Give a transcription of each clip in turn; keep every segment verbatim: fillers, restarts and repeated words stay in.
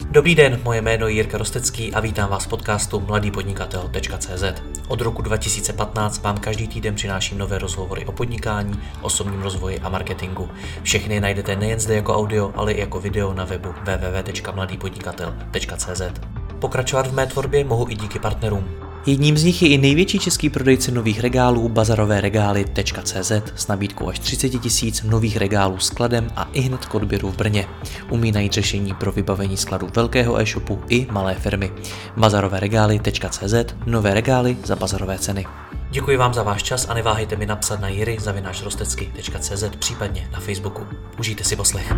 Dobrý den, moje jméno je Jirka Rostecký a vítám vás v podcastu mladý podnikatel tečka cé zet. Od roku dva tisíce patnáct vám každý týden přináším nové rozhovory o podnikání, osobním rozvoji a marketingu. Všechny najdete nejen zde jako audio, ale i jako video na webu w w w tečka mladý podnikatel tečka cé zet. Pokračovat v mé tvorbě mohu i díky partnerům. Jedním z nich je i největší český prodejce nových regálů bazarové regály tečka cé zet s nabídkou až třicet tisíc nových regálů skladem a ihned k odběru v Brně. Umí najít řešení pro vybavení skladu velkého e-shopu i malé firmy. bazarové regály tečka cé zet, nové regály za bazarové ceny. Děkuji vám za váš čas a neváhejte mi napsat na jiry zavináč rostecky tečka cé zet, případně na Facebooku. Užijte si poslech.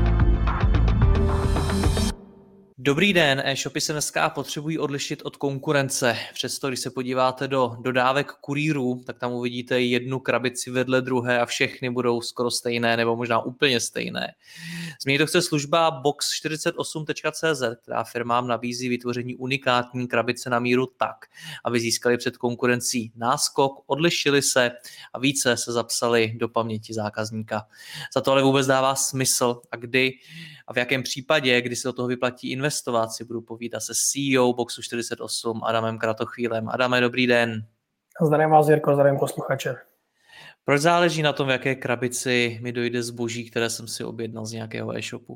Dobrý den, e-shopy se dneska potřebují odlišit od konkurence. Přesto, když se podíváte do dodávek kurýrů, tak tam uvidíte jednu krabici vedle druhé a všechny budou skoro stejné nebo možná úplně stejné. Změnit to chce služba box čtyřicet osm tečka cé zet, která firmám nabízí vytvoření unikátní krabice na míru tak, aby získali před konkurencí náskok, odlišili se a více se zapsali do paměti zákazníka. Za to ale vůbec dává smysl a kdy a v jakém případě, kdy se do toho vyplatí investovat, si budu povídat se C E O boxu čtyřicet osm Adamem Kratochvílem. Adame, dobrý den. Zdravím vás, Jirko, zdravím posluchače. Proč záleží na tom, v jaké krabici mi dojde zboží, které jsem si objednal z nějakého e-shopu?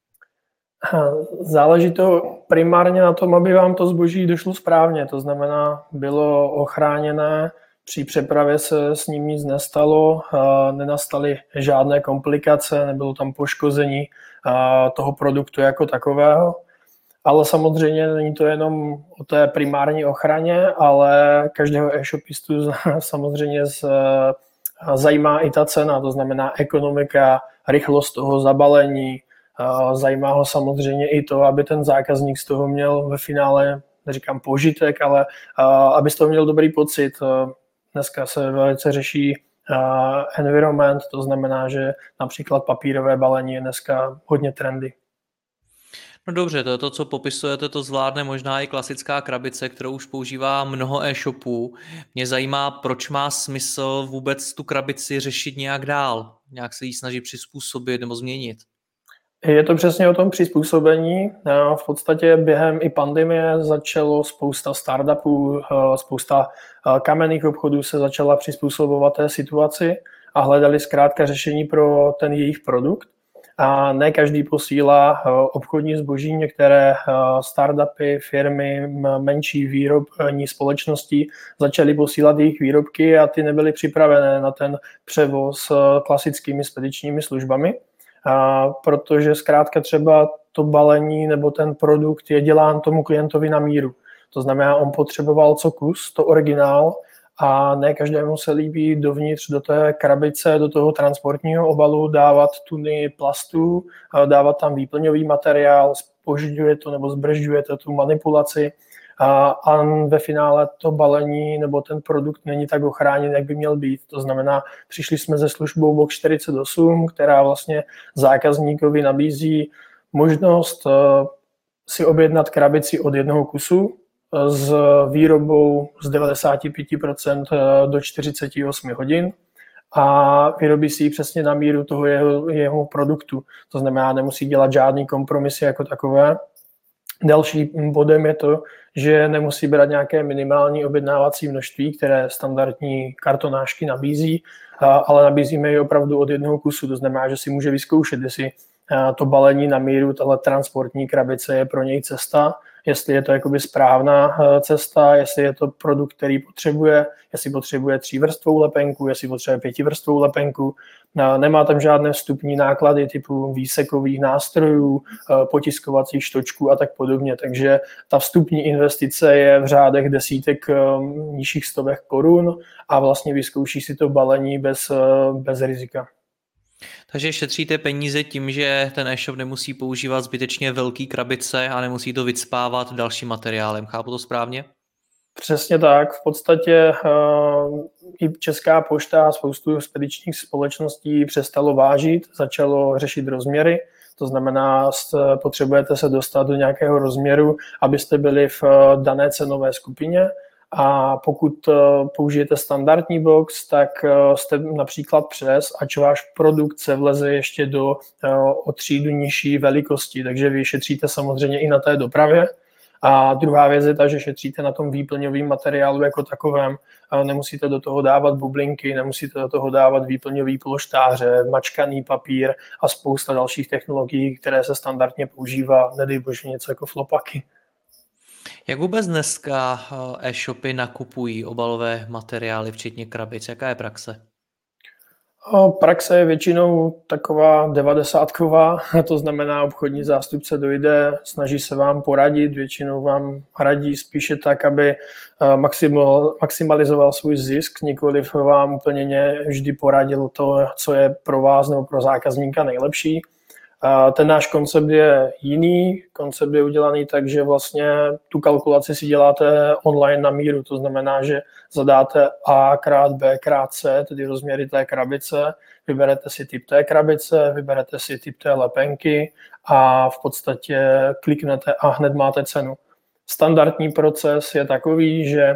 Záleží to primárně na tom, aby vám to zboží došlo správně. To znamená, bylo ochráněné, při přepravě se s ním nic nestalo, nenastaly žádné komplikace, nebylo tam poškození toho produktu jako takového. Ale samozřejmě není to jenom o té primární ochraně, ale každého e-shopistu samozřejmě zajímá i ta cena, to znamená ekonomika, rychlost toho zabalení. Zajímá ho samozřejmě i to, aby ten zákazník z toho měl ve finále, neříkám požitek, ale aby z toho měl dobrý pocit. Dneska se velice řeší environment, to znamená, že například papírové balení je dneska hodně trendy. No dobře, to je to, co popisujete, to zvládne možná i klasická krabice, kterou už používá mnoho e-shopů. Mě zajímá, proč má smysl vůbec tu krabici řešit nějak dál, nějak se jí snažit přizpůsobit nebo změnit. Je to přesně o tom přizpůsobení. V podstatě během i pandemie začalo spousta startupů, spousta kamenných obchodů se začala přizpůsobovat té situaci a hledali zkrátka řešení pro ten jejich produkt. A ne každý posílá obchodní zboží, některé startupy, firmy, menší výrobní společnosti začaly posílat jejich výrobky a ty nebyly připravené na ten převoz klasickými spedičními službami. A protože zkrátka třeba to balení nebo ten produkt je dělán tomu klientovi na míru. To znamená, on potřeboval co kus, to originál, a ne každému se líbí dovnitř do té krabice, do toho transportního obalu dávat tuny plastů, dávat tam výplňový materiál, zpožďuje to nebo zbržďuje to tu manipulaci a, a ve finále to balení nebo ten produkt není tak ochráněn, jak by měl být. To znamená, přišli jsme se službou box čtyřicet osm, která vlastně zákazníkovi nabízí možnost si objednat krabici od jednoho kusu s výrobou z devadesát pět procent do čtyřicet osm hodin a vyrobí si ji přesně na míru toho jeho, jeho produktu. To znamená, nemusí dělat žádný kompromisy jako takové. Další bodem je to, že nemusí brát nějaké minimální objednávací množství, které standardní kartonážky nabízí, ale nabízíme ji opravdu od jednoho kusu. To znamená, že si může vyzkoušet, jestli to balení na míru, tahle transportní krabice je pro něj cesta, jestli je to jakoby správná cesta, jestli je to produkt, který potřebuje, jestli potřebuje třívrstvou lepenku, jestli potřebuje pětivrstvou lepenku. Nemá tam žádné vstupní náklady typu výsekových nástrojů, potiskovacích štočků a tak podobně. Takže ta vstupní investice je v řádech desítek nižších stovek korun a vlastně vyzkouší si to balení bez, bez rizika. Takže šetříte peníze tím, že ten e-shop nemusí používat zbytečně velký krabice a nemusí to vycpávat dalším materiálem. Chápu to správně? Přesně tak. V podstatě uh, i Česká pošta a spoustu spedičních společností přestalo vážit, začalo řešit rozměry. To znamená, potřebujete se dostat do nějakého rozměru, abyste byli v dané cenové skupině A pokud použijete standardní box, tak jste například přes, ač váš produkt se vleze ještě do o třídu nižší velikosti, takže vy šetříte samozřejmě i na té dopravě. A druhá věc je ta, že šetříte na tom výplňovém materiálu jako takovém. Nemusíte do toho dávat bublinky, nemusíte do toho dávat výplňový polštáře, mačkaný papír a spousta dalších technologií, které se standardně používá, nedej bože něco jako flopaky. Jak vůbec dneska e-shopy nakupují obalové materiály, včetně krabic? Jaká je praxe? Praxe je většinou taková devadesátková, to znamená, obchodní zástupce dojde, snaží se vám poradit, většinou vám radí spíše tak, aby maximalizoval svůj zisk, nikoliv vám úplně vždy poradil to, co je pro vás nebo pro zákazníka nejlepší. Ten náš koncept je jiný, koncept je udělaný tak, že vlastně tu kalkulaci si děláte online na míru, to znamená, že zadáte A krát B krát C, tedy rozměry té krabice, vyberete si typ té krabice, vyberete si typ té lepenky a v podstatě kliknete a hned máte cenu. Standardní proces je takový, že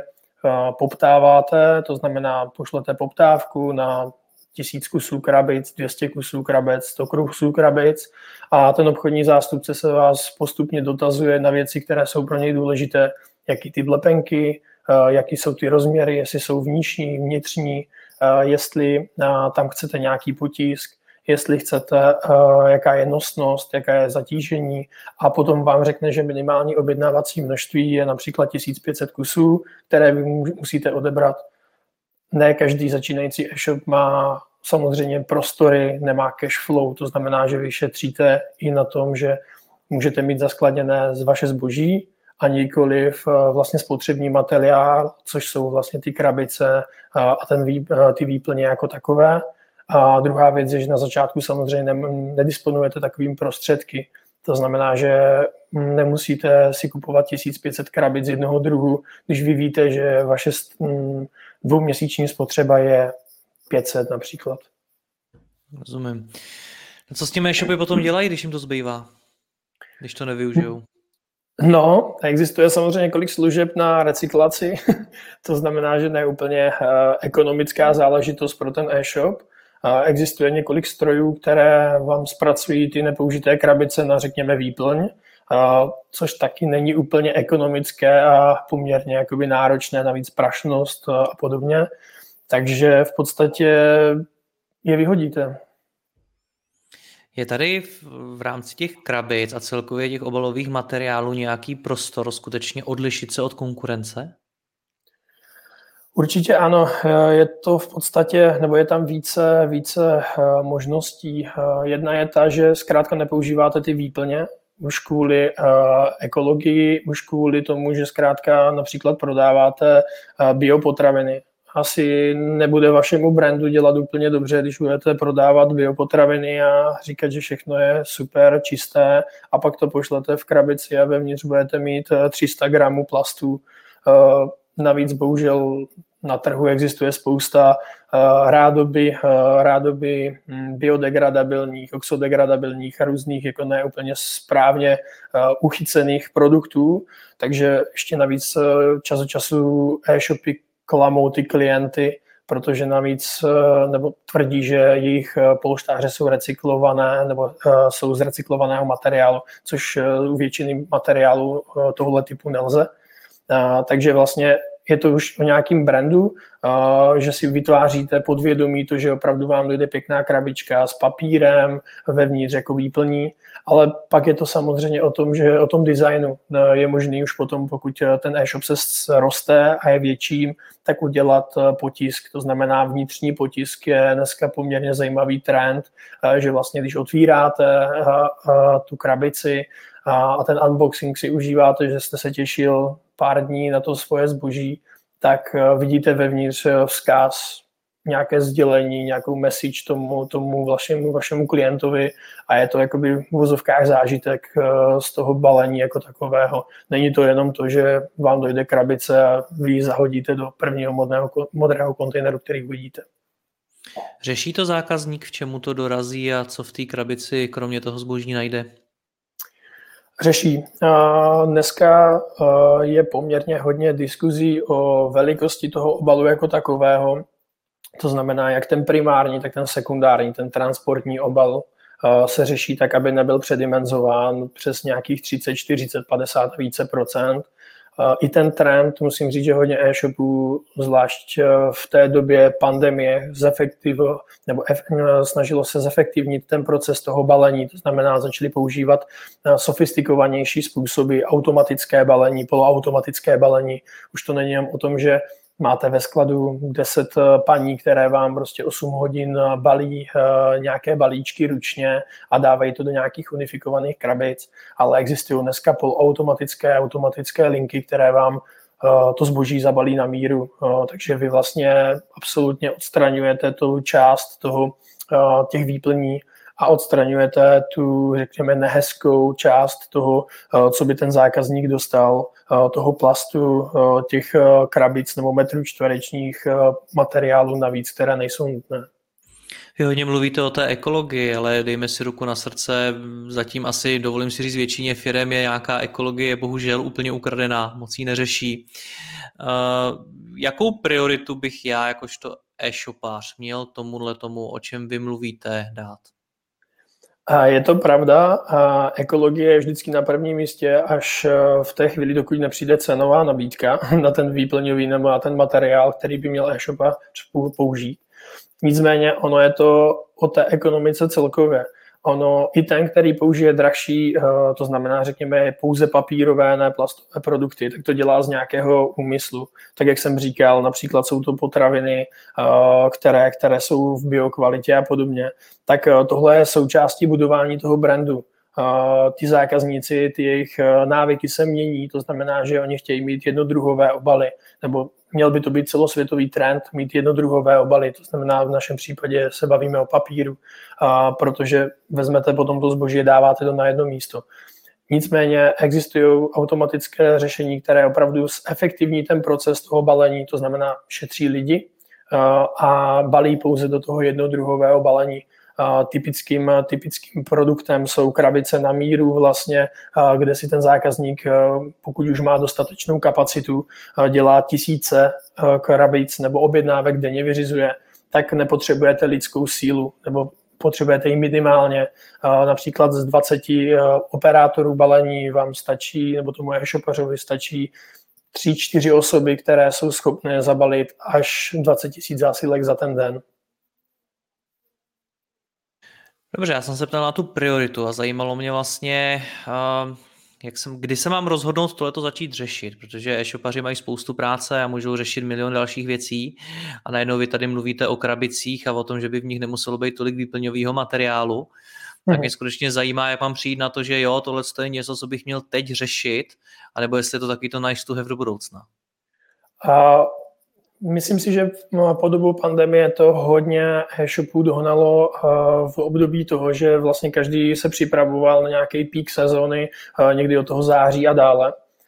poptáváte, to znamená pošlete poptávku na tisíc kusů krabic, dvě stě kusů krabic, sto kusů krabic a ten obchodní zástupce se vás postupně dotazuje na věci, které jsou pro něj důležité, jaký typ lepenky, jaký jsou ty rozměry, jestli jsou vnější, vnitřní, jestli tam chcete nějaký potisk, jestli chcete, jaká je nosnost, jaká je zatížení a potom vám řekne, že minimální objednávací množství je například tisíc pět set kusů, které vy musíte odebrat. Ne každý začínající e-shop má samozřejmě prostory, nemá cash flow, to znamená, že vy šetříte i na tom, že můžete mít zaskladněné z vaše zboží a nikoliv vlastně spotřební materiál, což jsou vlastně ty krabice a ten vý, ty výplně jako takové. A druhá věc je, že na začátku samozřejmě nedisponujete takovým prostředky. To znamená, že nemusíte si kupovat tisíc pět set krabic z jednoho druhu, když vy víte, že vaše dvouměsíční spotřeba je pět set například. Rozumím. A co s těmi e-shopy potom dělají, když jim to zbývá? Když to nevyužijou? No, existuje samozřejmě několik služeb na recyklaci. To znamená, že ne úplně ekonomická záležitost pro ten e-shop. Existuje několik strojů, které vám zpracují ty nepoužité krabice na, řekněme, výplň, což taky není úplně ekonomické a poměrně jakoby náročné, navíc prašnost a podobně. Takže v podstatě je vyhodíte. Je tady v, v rámci těch krabic a celkově těch obalových materiálů nějaký prostor skutečně odlišit se od konkurence? Určitě ano, je to v podstatě, nebo je tam více, více možností. Jedna je ta, že zkrátka nepoužíváte ty výplně, už kvůli uh, ekologii, už kvůli tomu, že zkrátka například prodáváte uh, biopotraviny. Asi nebude vašemu brandu dělat úplně dobře, když budete prodávat biopotraviny a říkat, že všechno je super, čisté a pak to pošlete v krabici a vevnitř budete mít tři sta gramů plastů. Uh, navíc bohužel na trhu existuje spousta uh, rádoby, uh, rádoby hm, biodegradabilních, oxodegradabilních a různých jako ne úplně správně uh, uchycených produktů, takže ještě navíc uh, čas od času e-shopy klamou ty klienty, protože navíc uh, nebo tvrdí, že jejich uh, polštáře jsou recyklované nebo uh, jsou z recyklovaného materiálu, což uh, u většiny materiálů uh, tohle typu nelze. Uh, takže vlastně je to už o nějakým brandu, uh, že si vytváříte podvědomí to, že opravdu vám dojde pěkná krabička s papírem vevnitř jako výplní, ale pak je to samozřejmě o tom, že o tom designu uh, je možný už potom, pokud ten e-shop se roste a je větším, tak udělat uh, potisk, to znamená vnitřní potisk je dneska poměrně zajímavý trend, uh, že vlastně když otvíráte uh, uh, tu krabici uh, a ten unboxing si užíváte, že jste se těšil pár dní na to svoje zboží, tak vidíte vevnitř vzkaz, nějaké sdělení, nějakou message tomu, tomu vašemu, vašemu klientovi a je to jakoby v vozovkách zážitek z toho balení jako takového. Není to jenom to, že vám dojde krabice a vy ji zahodíte do prvního modného, modrého kontejneru, který vidíte. Řeší to zákazník, v čemu to dorazí a co v té krabici kromě toho zboží najde? Řeší. Dneska je poměrně hodně diskuzí o velikosti toho obalu jako takového. To znamená, jak ten primární, tak ten sekundární, ten transportní obal se řeší tak, aby nebyl předimenzován přes nějakých třicet, čtyřicet, padesát a více procent. I ten trend, musím říct, že hodně e-shopů, zvlášť v té době pandemie, zefektivo, nebo snažilo se zefektivnit ten proces toho balení, to znamená, začali používat sofistikovanější způsoby, automatické balení, poloautomatické balení. Už to není jen o tom, že máte ve skladu deset paní, které vám prostě osm hodin balí nějaké balíčky ručně a dávají to do nějakých unifikovaných krabic, ale existují dneska poloautomatické, automatické linky, které vám to zboží zabalí na míru. Takže vy vlastně absolutně odstraňujete tu část toho, těch výplní a odstraňujete tu, řekněme, nehezkou část toho, co by ten zákazník dostal, toho plastu, těch krabic nebo metrů čtverečních materiálů navíc, které nejsou nutné. Vy hodně mluvíte o té ekologii, ale dejme si ruku na srdce, zatím asi, dovolím si říct, většině firem je nějaká ekologie bohužel úplně ukradená, moc ji neřeší. Uh, jakou prioritu bych já jakožto e-shopář měl tomuhle tomu, o čem vy mluvíte, dát? A je to pravda, a ekologie je vždycky na prvním místě, až v té chvíli, dokud nepřijde cenová nabídka na ten výplňový nebo na ten materiál, který by měl e-shopář použít. Nicméně ono je to o té ekonomice celkově. Ono i ten, který použije drahší, to znamená, řekněme, pouze papírové, ne plastové produkty, tak to dělá z nějakého úmyslu. Tak jak jsem říkal, například jsou to potraviny, které, které jsou v biokvalitě a podobně. Tak tohle je součástí budování toho brandu. Ty zákazníci, ty jejich návyky se mění, to znamená, že oni chtějí mít jednodruhové obaly, nebo měl by to být celosvětový trend, mít jednodruhové obaly, to znamená v našem případě se bavíme o papíru, protože vezmete potom to zboží a dáváte to na jedno místo. Nicméně existují automatické řešení, které opravdu zefektivní ten proces toho balení, to znamená šetří lidi a balí pouze do toho jednodruhového balení. Typickým, typickým produktem jsou krabice na míru vlastně, kde si ten zákazník, pokud už má dostatečnou kapacitu, dělá tisíce krabic nebo objednávek denně vyřizuje, tak nepotřebujete lidskou sílu nebo potřebujete ji minimálně. Například z dvaceti operátorů balení vám stačí, nebo tomu e-shopařovi stačí tři, čtyři osoby, které jsou schopné zabalit až dvacet tisíc zásilek za ten den. Dobře, já jsem se ptal na tu prioritu a zajímalo mě vlastně, uh, jak jsem, kdy se mám rozhodnout tohleto začít řešit, protože e-shopaři mají spoustu práce a můžou řešit milion dalších věcí a najednou vy tady mluvíte o krabicích a o tom, že by v nich nemuselo být tolik výplňového materiálu. Hmm. Tak mě skutečně zajímá, jak mám přijít na to, že jo, tohle je něco, co bych měl teď řešit, anebo jestli je to takový to nice to have do budoucna. Uh... Myslím si, že po dobu pandemie to hodně e-shopů dohnalo v období toho, že vlastně každý se připravoval na nějaký peak sezóny, někdy od toho září a dále.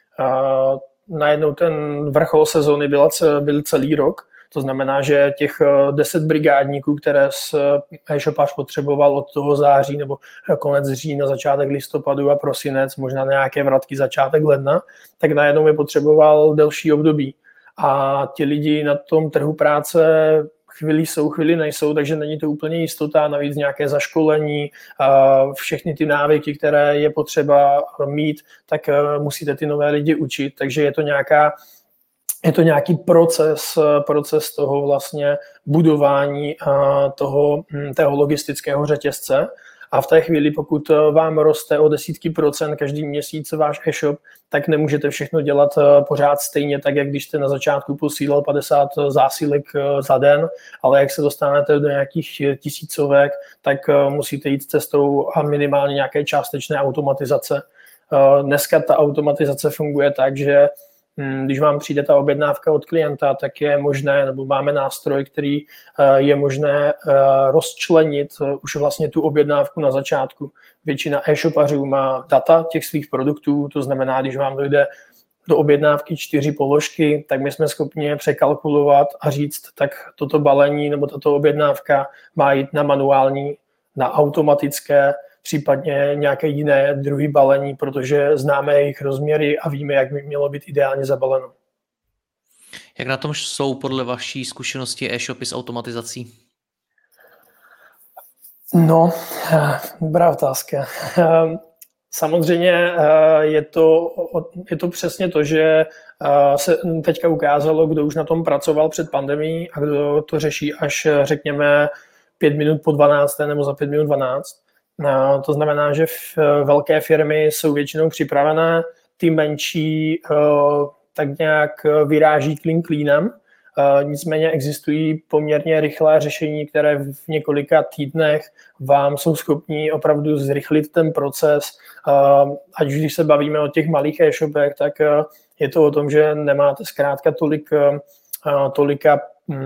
Najednou ten vrchol sezóny byl celý rok, to znamená, že těch deset brigádníků, které e-shopář potřeboval od toho září nebo konec října, začátek listopadu a prosinec, možná nějaké vratky začátek ledna, tak najednou je potřeboval delší období. A ti lidi na tom trhu práce chvíli jsou, chvíli nejsou, takže není to úplně jistota, navíc nějaké zaškolení, všechny ty návyky, které je potřeba mít, tak musíte ty nové lidi učit, takže je to nějaká, je to nějaký proces, proces toho vlastně budování toho, toho logistického řetězce. A v té chvíli, pokud vám roste o desítky procent každý měsíc váš e-shop, tak nemůžete všechno dělat pořád stejně, tak jak když jste na začátku posílal padesát zásilek za den, ale jak se dostanete do nějakých tisícovek, tak musíte jít cestou a minimálně nějaké částečné automatizace. Dneska ta automatizace funguje tak, že když vám přijde ta objednávka od klienta, tak je možné, nebo máme nástroj, který je možné rozčlenit už vlastně tu objednávku na začátku. Většina e-shopařů má data těch svých produktů, to znamená, když vám dojde do objednávky čtyři položky, tak my jsme schopni je překalkulovat a říct, tak toto balení nebo tato objednávka má jít na manuální, na automatické, případně nějaké jiné druhy balení, protože známe jejich rozměry a víme, jak by mělo být ideálně zabaleno. Jak na tom jsou podle vaší zkušenosti e-shopy s automatizací? No, dobrá otázka. Samozřejmě je to, je to přesně to, že se teďka ukázalo, kdo už na tom pracoval před pandemií a kdo to řeší až, řekněme, pět minut po dvanácté nebo za pět minut dvanáct. To znamená, že velké firmy jsou většinou připravené, ty menší tak nějak vyráží klín klínem. Nicméně existují poměrně rychlé řešení, které v několika týdnech vám jsou schopní opravdu zrychlit ten proces. Ať už když se bavíme o těch malých e-shopech, tak je to o tom, že nemáte zkrátka tolik, tolika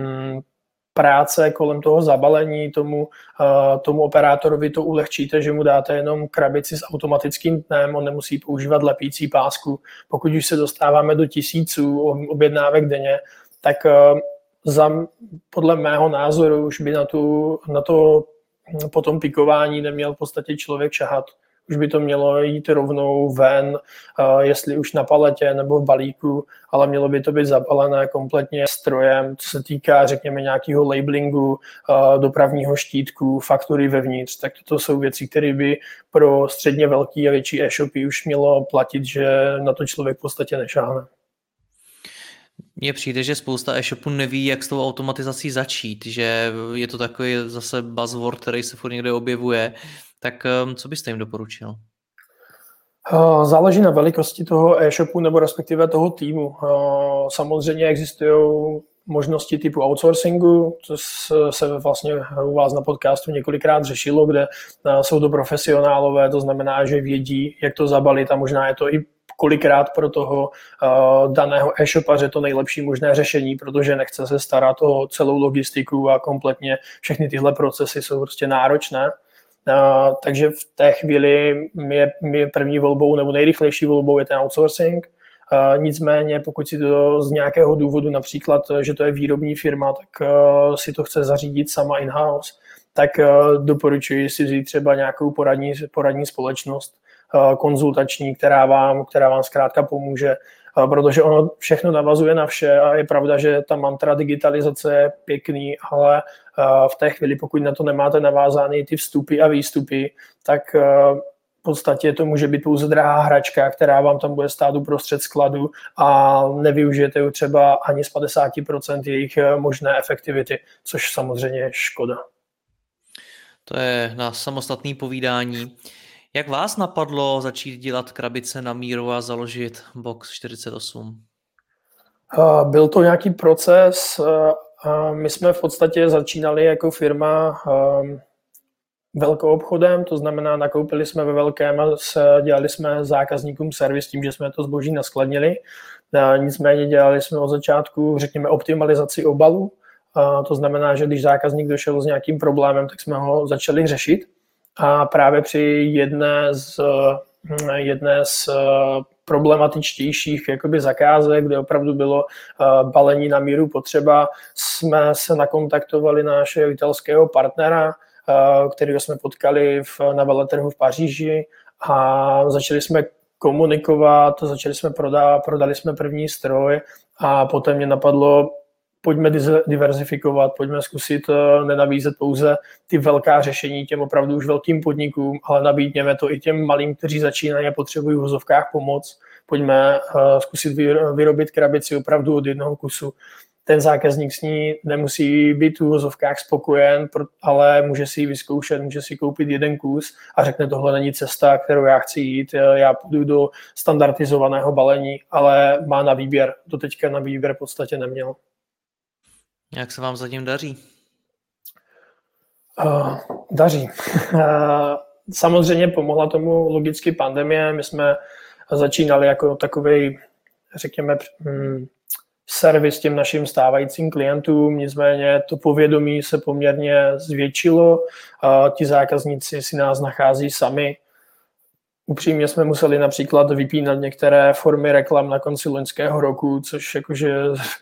práce kolem toho zabalení, tomu, tomu operátorovi to ulehčíte, že mu dáte jenom krabici s automatickým dnem, on nemusí používat lepící pásku. Pokud už se dostáváme do tisíců objednávek denně, tak za, podle mého názoru už by na, tu, na to potom pikování neměl v podstatě člověk šahat. Už by to mělo jít rovnou ven, jestli už na paletě nebo v balíku, ale mělo by to být zabalené kompletně strojem, co se týká, řekněme, nějakého labelingu, dopravního štítku, faktury vevnitř. Tak to jsou věci, které by pro středně velký a větší e-shopy už mělo platit, že na to člověk v podstatě nešáhne. Mně přijde, že spousta e-shopů neví, jak s tou automatizací začít, že je to takový zase buzzword, který se furt někde objevuje. Tak co byste jim doporučil? Záleží na velikosti toho e-shopu nebo respektive toho týmu. Samozřejmě existují možnosti typu outsourcingu, co se vlastně u vás na podcastu několikrát řešilo, kde jsou to profesionálové, to znamená, že vědí, jak to zabalit a možná je to i kolikrát pro toho uh, daného e-shopaře to nejlepší možné řešení, protože nechce se starat o celou logistiku a kompletně všechny tyhle procesy jsou prostě náročné. Uh, takže v té chvíli je, je první volbou nebo nejrychlejší volbou je ten outsourcing. Uh, nicméně, pokud si to z nějakého důvodu, například, že to je výrobní firma, tak uh, si to chce zařídit sama in-house, tak uh, doporučuji si vzít třeba nějakou poradní, poradní společnost, konzultační, která vám, která vám zkrátka pomůže, protože ono všechno navazuje na vše a je pravda, že ta mantra digitalizace je pěkný, ale v té chvíli, pokud na to nemáte navázány ty vstupy a výstupy, tak v podstatě to může být pouze drahá hračka, která vám tam bude stát uprostřed skladu a nevyužijete ji třeba ani z padesát procent jejich možné efektivity, což samozřejmě je škoda. To je na samostatné povídání. Jak vás napadlo začít dělat krabice na míru a založit Box čtyřicet osm? Byl to nějaký proces. My jsme v podstatě začínali jako firma velkou obchodem, to znamená, nakoupili jsme ve velkém a dělali jsme zákazníkům servis tím, že jsme to zboží naskladnili. Nicméně dělali jsme od začátku, řekněme, optimalizaci obalu. To znamená, že když zákazník došel s nějakým problémem, tak jsme ho začali řešit. A právě při jedné z, jedné z problematičtějších jakoby zakázek, kde opravdu bylo balení na míru potřeba, jsme se nakontaktovali na našeho italského partnera, kterého jsme potkali v, na veletrhu v Paříži a začali jsme komunikovat, začali jsme prodávat, prodali jsme první stroj a potom mě napadlo, pojďme diverzifikovat, pojďme zkusit nenabízet pouze ty velká řešení těm opravdu už velkým podnikům, ale nabídněme to i těm malým, kteří začínají a potřebují v vozovkách pomoc. Pojďme zkusit vyrobit krabici opravdu od jednoho kusu. Ten zákazník s ní nemusí být v vozovkách spokojen, ale může si ji vyzkoušet, může si koupit jeden kus a řekne, tohle není cesta, kterou já chci jít, já půjdu do standardizovaného balení, ale má na výběr. Doteďka na výběr v podstatě neměl. Jak se vám zatím daří? Uh, daří. Uh, samozřejmě pomohla tomu logicky pandemie. My jsme začínali jako takovej, řekněme, um, servis těm našim stávajícím klientům, nicméně to povědomí se poměrně zvětšilo. Uh, ti zákazníci si nás nachází sami. Upřímně jsme museli například vypínat některé formy reklam na konci loňského roku, což jakože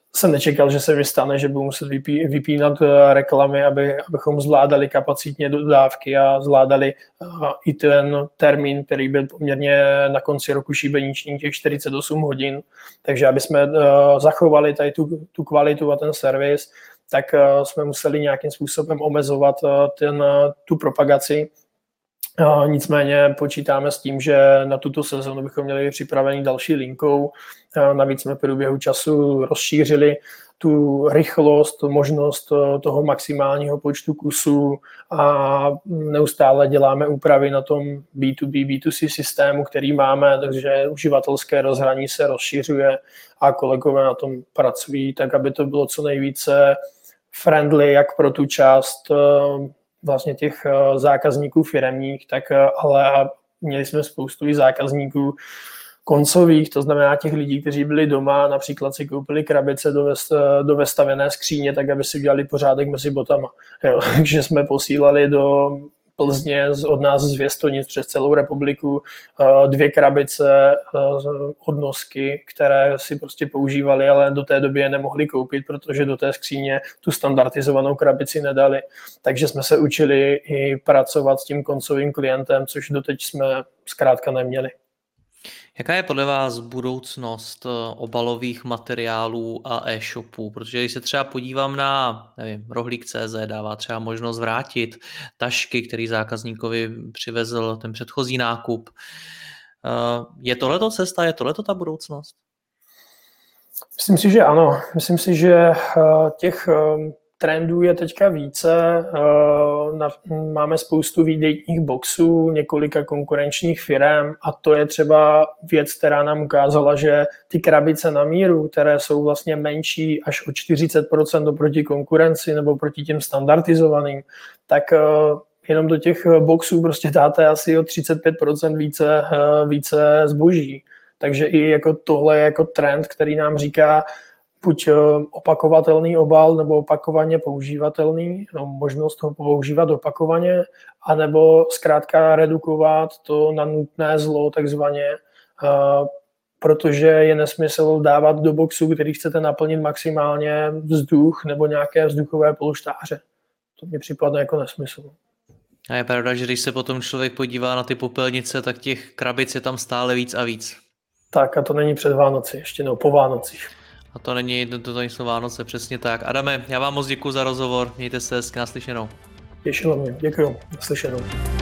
jsem nečekal, že se mi stane, že budu muset vypí, vypínat reklamy, aby, abychom zvládali kapacitně dodávky a zvládali uh, i ten termín, který byl poměrně na konci roku šibeniční, těch čtyřicet osm hodin. Takže aby jsme uh, zachovali tady tu, tu kvalitu a ten servis, tak uh, jsme museli nějakým způsobem omezovat uh, ten, uh, tu propagaci. Uh, nicméně počítáme s tím, že na tuto sezonu bychom měli připravený další linkou. Uh, navíc jsme v průběhu času rozšířili tu rychlost, možnost uh, toho maximálního počtu kusů a neustále děláme úpravy na tom bé dvě bé, bé dvě cé systému, který máme, takže uživatelské rozhraní se rozšiřuje a kolegové na tom pracují tak, aby to bylo co nejvíce friendly, jak pro tu část uh, vlastně těch zákazníků firemních, tak ale měli jsme spoustu i zákazníků koncových, to znamená těch lidí, kteří byli doma, například si koupili krabice do, vest, do vestavěné skříně, tak aby si udělali pořádek mezi botama. Jo, takže jsme posílali do Plzně od nás z Věstonic přes celou republiku dvě krabice odnosky, které si prostě používali, ale do té doby je nemohli koupit, protože do té skříně tu standardizovanou krabici nedali. Takže jsme se učili i pracovat s tím koncovým klientem, což doteď jsme zkrátka neměli. Jaká je podle vás budoucnost obalových materiálů a e-shopů? Protože když se třeba podívám na, nevím, rohlík tečka cé zet, dává třeba možnost vrátit tašky, který zákazníkovi přivezl ten předchozí nákup. Je tohleto cesta, je tohleto ta budoucnost? Myslím si, že ano. Myslím si, že těch trendů je teďka více. Máme spoustu výdejních boxů, několika konkurenčních firem a to je třeba věc, která nám ukázala, že ty krabice na míru, které jsou vlastně menší až o čtyřicet procent oproti konkurenci nebo proti těm standardizovaným, tak jenom do těch boxů prostě dáte asi o třicet pět procent více, více zboží. Takže i jako tohle je jako trend, který nám říká, buď opakovatelný obal nebo opakovaně používatelný, no, možnost ho používat opakovaně, anebo zkrátka redukovat to na nutné zlo takzvaně, uh, protože je nesmysl dávat do boxu, který chcete naplnit maximálně vzduch nebo nějaké vzduchové polštáře. To mi připadne jako nesmysl. A je pravda, že když se potom člověk podívá na ty popelnice, tak těch krabic je tam stále víc a víc. Tak a to není před Vánoci, ještě no, po Vánocích. A to není, to, to nejsou Vánoce, přesně tak. Adame, já vám moc děkuji za rozhovor, mějte se hezky, naslyšenou. Těšilo mě, děkuji, naslyšenou.